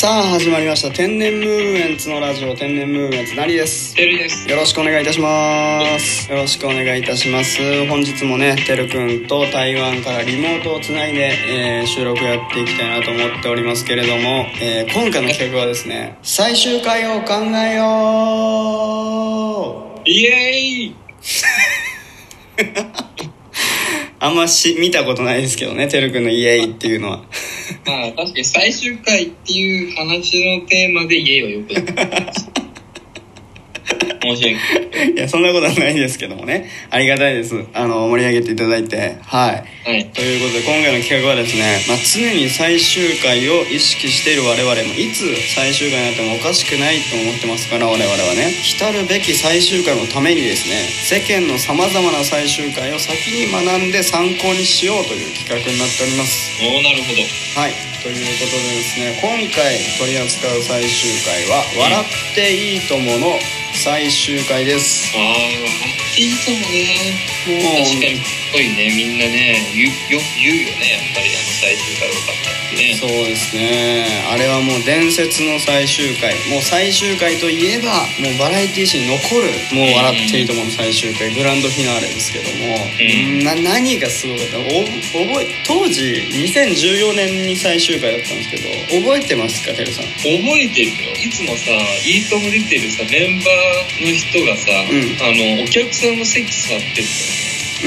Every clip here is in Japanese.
さあ始まりました天然ムーブメンツのラジオ。天然ムーブメンツなりです。 てるです。 よろしくお願いいたします。よろしくお願いいたします。本日もねてるくんと台湾からリモートをつないで、収録やっていきたいなと思っておりますけれども、今回の企画はですね、最終回を考えよう。 イエーイあんま見たことないですけどね、てるくんのイエーイっていうのは。 まあ確かに最終回っていう話のテーマでイエーイはよくなった申し訳ない。 いやそんなことはないですけどもね、ありがたいです。盛り上げていただいて、はい、 はい、 ということで今回の企画はですね、常に最終回を意識している我々もいつ最終回になってもおかしくないと思ってますから、我々はね来たるべき最終回のためにですね、世間のさまざまな最終回を先に学んで参考にしようという企画になっております。 おー、なるほど。 はい、ということでですね、今回取り扱う最終回は「笑っていいとも」の最終回です。 ああ、笑っていいともね。 もう確かにすごいね、みんなね言うよね、やっぱり最終回多かったってね。 そうですね、あれはもう伝説の最終回、もう最終回といえばもうバラエティ史に残るもう笑っていいともの最終回、グランドフィナーレですけども、何がすごかった当時2014年に最終回だったんですけど、覚えてますかてるさん。 覚えてるよ。いつもさ、いいとも出てるさメンバーの人がさ、お客さんの席座ってるから、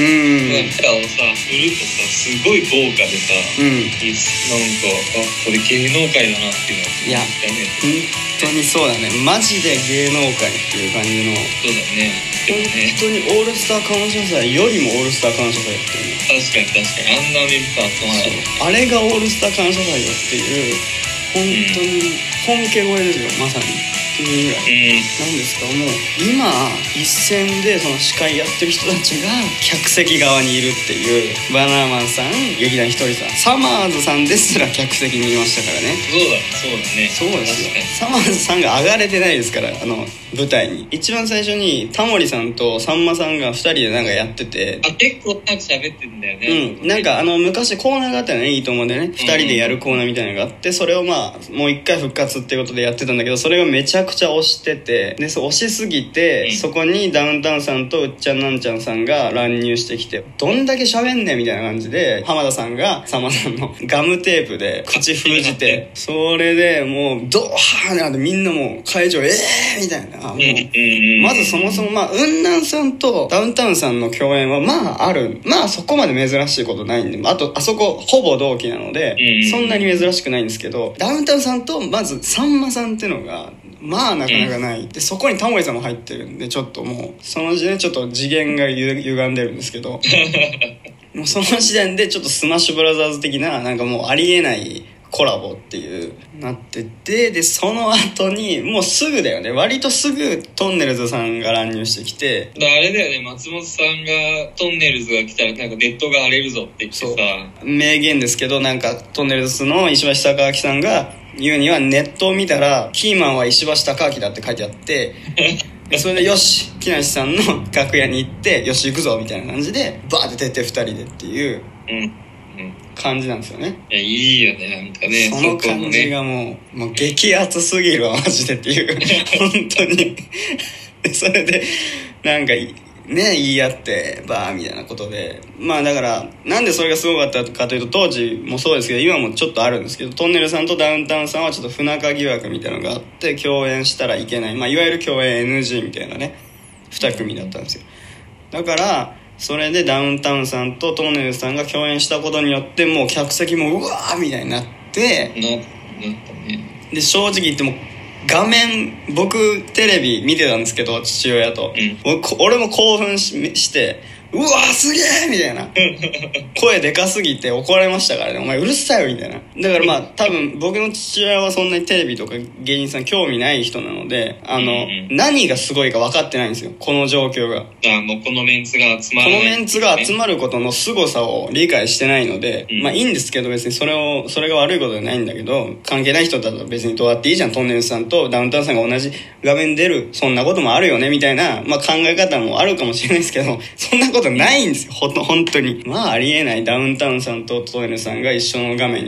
なんかをさ振るとさ、すごい豪華でさ、なんかこれ芸能界だなっていうのは。 いや本当にそうだね、マジで芸能界っていう感じの。 そうだね。 本当にオールスター感謝祭よりもオールスター感謝祭っていうね。 確かにあんなメンバーとあれがオールスター感謝祭よっていう、本当に本家超えですよ、まさにっていうぐらい、なんですか、もう今一戦でその司会やってる人たちが客席側にいるっていう、バナナマンさん、劇団ひとりさん、サマーズさんですら客席にいましたからね。 そうだね。 そうですよ。サマーズさんが上がれてないですから、舞台に。一番最初にタモリさんとさんまさんが2人でなんかやってて、 結構なんか喋ってんだよね。 なんか昔コーナーがあったよね、いいと思うんでね、2人でやるコーナーみたいなのがあって、それをまあもう一回復活っていうことでやってたんだけど、それがめちゃくちゃ推してて、で押しすぎて、そこにダウンタウンさんとうっちゃんなんちゃんさんが乱入してきて、どんだけ喋んねんみたいな感じで、浜田さんがさんまさんのガムテープで口封じて、それでもうドーハーってなって、みんなもう会場みたいな、もうまずそもそも雲南さんとダウンタウンさんの共演はそこまで珍しいことないんで、あそこほぼ同期なので、そんなに珍しくないんですけど、ダウンタウンさんとまずさんまさんっていうのがなかなかない、でそこにタモリさんも入ってるんで、ちょっともうその時点でちょっと次元が歪んでるんですけどもうその時点でちょっとスマッシュブラザーズ的な、なんかもうありえないコラボっていうなってて、でその後にもうすぐだよね、割とすぐトンネルズさんが乱入してきて、 あれだよね、松本さんがトンネルズが来たらなんかネットが荒れるぞって言ってさ、 名言ですけど、なんかトンネルズの石橋貴明さんが言うには、ネットを見たらキーマンは石橋貴明だって書いてあってそれでよし、木梨さんの楽屋に行って、よし行くぞみたいな感じでバーって出て2人でっていう感じなんですよね。 いや、いいよね、なんかね、 その感じがもう激アツすぎるわマジでっていう本当にそれでなんかね、言い合ってバーみたいなことで、だからなんでそれがすごかったかというと、当時もそうですけど今もちょっとあるんですけど、トンネルさんとダウンタウンさんはちょっと不仲疑惑みたいなのがあって、共演したらいけない、いわゆる共演 NG みたいなね2組だったんですよ。だからそれでダウンタウンさんとトンネルさんが共演したことによって、もう客席もうわーみたいになってで、正直言っても画面、僕テレビ見てたんですけど、父親と、俺も興奮して、うわーすげーみたいな声でかすぎて怒られましたからね、お前うるさいよみたいな。だから多分僕の父親はそんなにテレビとか芸人さん興味ない人なので、何がすごいか分かってないんですよ、この状況が。 もうこのメンツが集まる、 このメンツが集まることの凄さを理解してないので、いいんですけど、別にそれが悪いことじゃないんだけど、関係ない人だったら別にどうやっていいじゃん、トンネルさんとダウンタウンさんが同じ画面出る、そんなこともあるよねみたいな、考え方もあるかもしれないですけど、そんなことないんですよ、本当に。ありえない、ダウンタウンさんとトンネルさんが一緒の画面に映って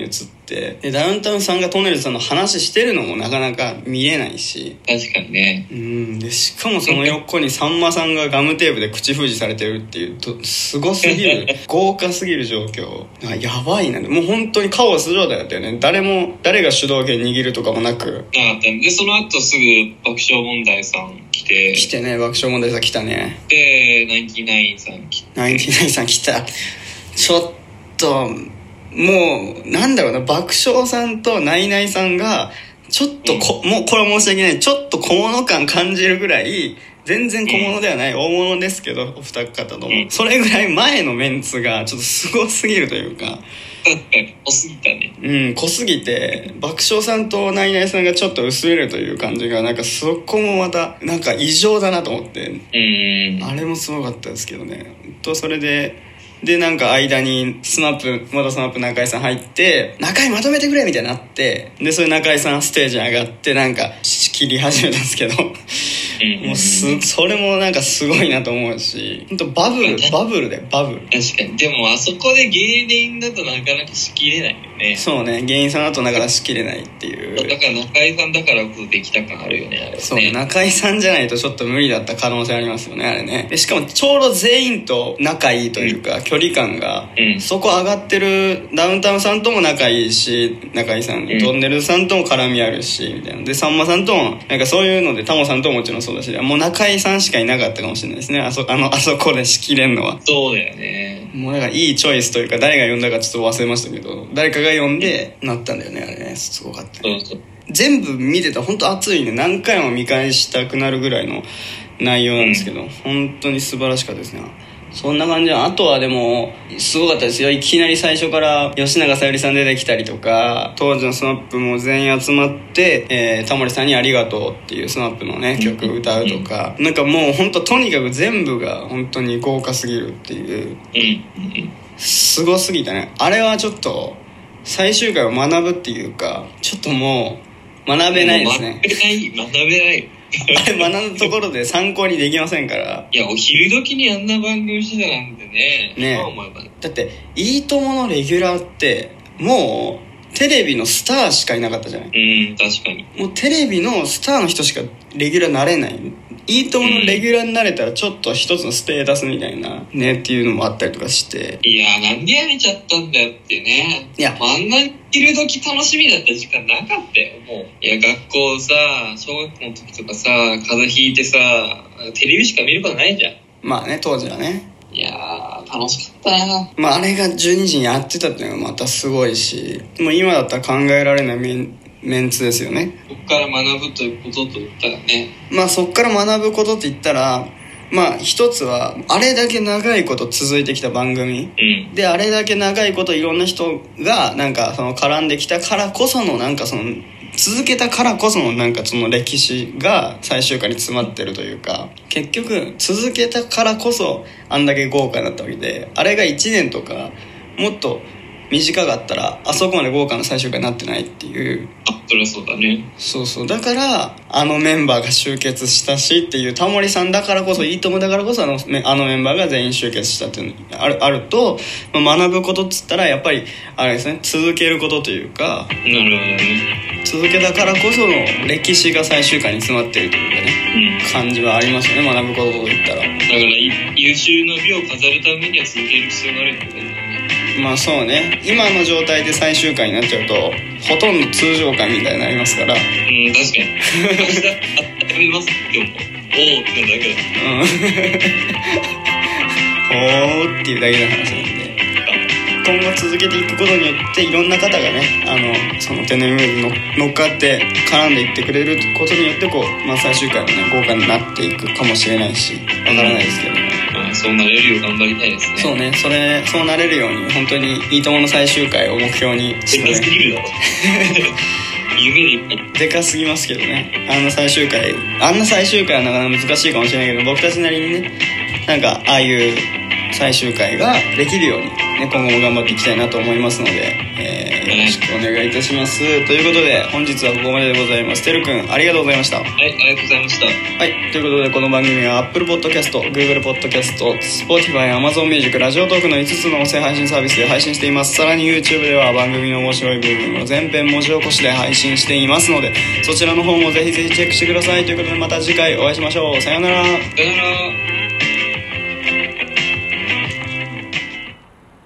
て、でダウンタウンさんがトンネルズさんの話してるのもなかなか見れないし、 確かにね。 でしかもその横にさんまさんがガムテープで口封じされてるっていうとすごすぎる豪華すぎる状況、やばいな。もう本当にカオス状態だったよね。誰が主導権握るとかもなく。 でその後すぐ爆笑問題さん来てね、爆笑問題さん来たね。 でナインティナインさん来て、 ナインティナインさん来た。ちょっともうなんだろうな、爆笑さんとナイナイさんがちょっともうこれは申し訳ない、ちょっと小物感感じるぐらい、全然小物ではない、大物ですけどお二方とも、それぐらい前のメンツがちょっとすごすぎるというか、 濃すぎたね。 濃すぎて爆笑さんとナイナイさんがちょっと薄れるという感じが、なんかそこもまたなんか異常だなと思って、あれもすごかったですけどね。それでなんか間に元スマップ中居さん入って、中居まとめてくれみたいになって、でそれ中居さんステージに上がってなんか仕切り始めたんですけどもうそれもなんかすごいなと思うし、本当バブルでバブル。確かに。でもあそこで芸人だとなかなか仕切れないよね。 そうね、芸人さんだとなかなか仕切れないっていう。 だから中居さんだからこそできた感あるよね、あれね。 そう、中居さんじゃないとちょっと無理だった可能性ありますよね、あれね。でしかもちょうど全員と仲いいというか、距離感が、そこ上がってるダウンタウンさんとも仲いいし、中居さん、トンネルズさんとも絡みあるしみたいな。でさんまさんともなんかそういうので、タモさんとももちろんそうだし、もう中居さんしかいなかったかもしれないですね、あそこで仕切れんのは。 そうだよね。 もうだからいいチョイスというか、誰が呼んだかちょっと忘れましたけど、誰かが呼んでなったんだよね、あれね。すごかったね。 そう全部見てたら本当熱いね。何回も見返したくなるぐらいの内容なんですけど、本当に素晴らしかったですね。そんな感じで、あとはでもすごかったですよ。いきなり最初から吉永小百合さん出てきたりとか、当時のスマップも全員集まって、タモリさんにありがとうっていうスマップのね曲歌うとか、なんかもう本当とにかく全部が本当に豪華すぎるっていう、すごすぎたね。あれはちょっと最終回を学ぶっていうか、ちょっともう学べないですね。 学べないあれ学ぶところで参考にできませんから。 いや、お昼時にあんな番組してたなんてね。 だっていいとものレギュラーってもうテレビのスターしかいなかったじゃない。 確かに。 もうテレビのスターの人しかレギュラーなれない。いいとものレギュラーになれたらちょっと一つのステータスみたいなねっていうのもあったりとかして、 いや、なんでやめちゃったんだよってね。 いや、 あんな昼時楽しみだった時間なかったよ。もういや、学校さ、小学校の時とかさ、風邪ひいてさ、テレビしか見ることないじゃん。 まあね、当時はね。 いやー、楽しかったな。 まああれが12時にやってたっていうのがまたすごいし、もう今だったら考えられないメンツですよね。 そっから学ぶということと言ったらね、 まあそっから学ぶことって言ったら、まあ一つはあれだけ長いこと続いてきた番組、であれだけ長いこといろんな人がなんかその絡んできたからこそのなんかその続けたからこそのなんかその歴史が最終回に詰まってるというか、結局続けたからこそあんだけ豪華になったわけで、あれが1年とかもっと短かったらあそこまで豪華な最終回になってないっていう。 そりゃそうだね。 そうだからあのメンバーが集結したしっていう、タモリさんだからこそ、いいともだからこそあのメンバーが全員集結したっていうのがあると、まあ、学ぶことっつったらやっぱりあれですね、続けることというか。 なるほどね。 続けたからこその歴史が最終回に詰まってるというかね、感じはありますよね、学ぶことといったら。だから優秀の美を飾るためには続ける必要があるってことだよね。 まあそうね、今の状態で最終回になっちゃうとほとんど通常回みたいになりますから。 確かに。明日温めます今日も。おーってだけだ。おーっていうだけの話なんで、今後続けていくことによっていろんな方がね、その天然ウェーブに乗っかって絡んでいってくれることによってこう、まあ、最終回はね豪華になっていくかもしれないし、わからないですけどね。 そうなれるよう頑張りたいですね。 そうね、そうなれるように本当にいいともの最終回を目標にしてね。 でかすぎるだろ夢に一本でかすぎますけどね、あんな最終回はなかなか難しいかもしれないけど、僕たちなりにね、なんかああいう最終回ができるように、ね、今後も頑張っていきたいなと思いますので、よろしくお願いいたします。ということで本日はここまででございます。てるくんありがとうございました。 はい、ありがとうございました。 はい、ということでこの番組は Apple Podcast、Google Podcast、Spotify、Amazon Music、ラジオトークの5つの音声配信サービスで配信しています。さらに YouTube では番組の面白い部分を全編文字起こしで配信していますので、そちらの方もぜひぜひチェックしてください。ということでまた次回お会いしましょう。さようなら。 さようなら。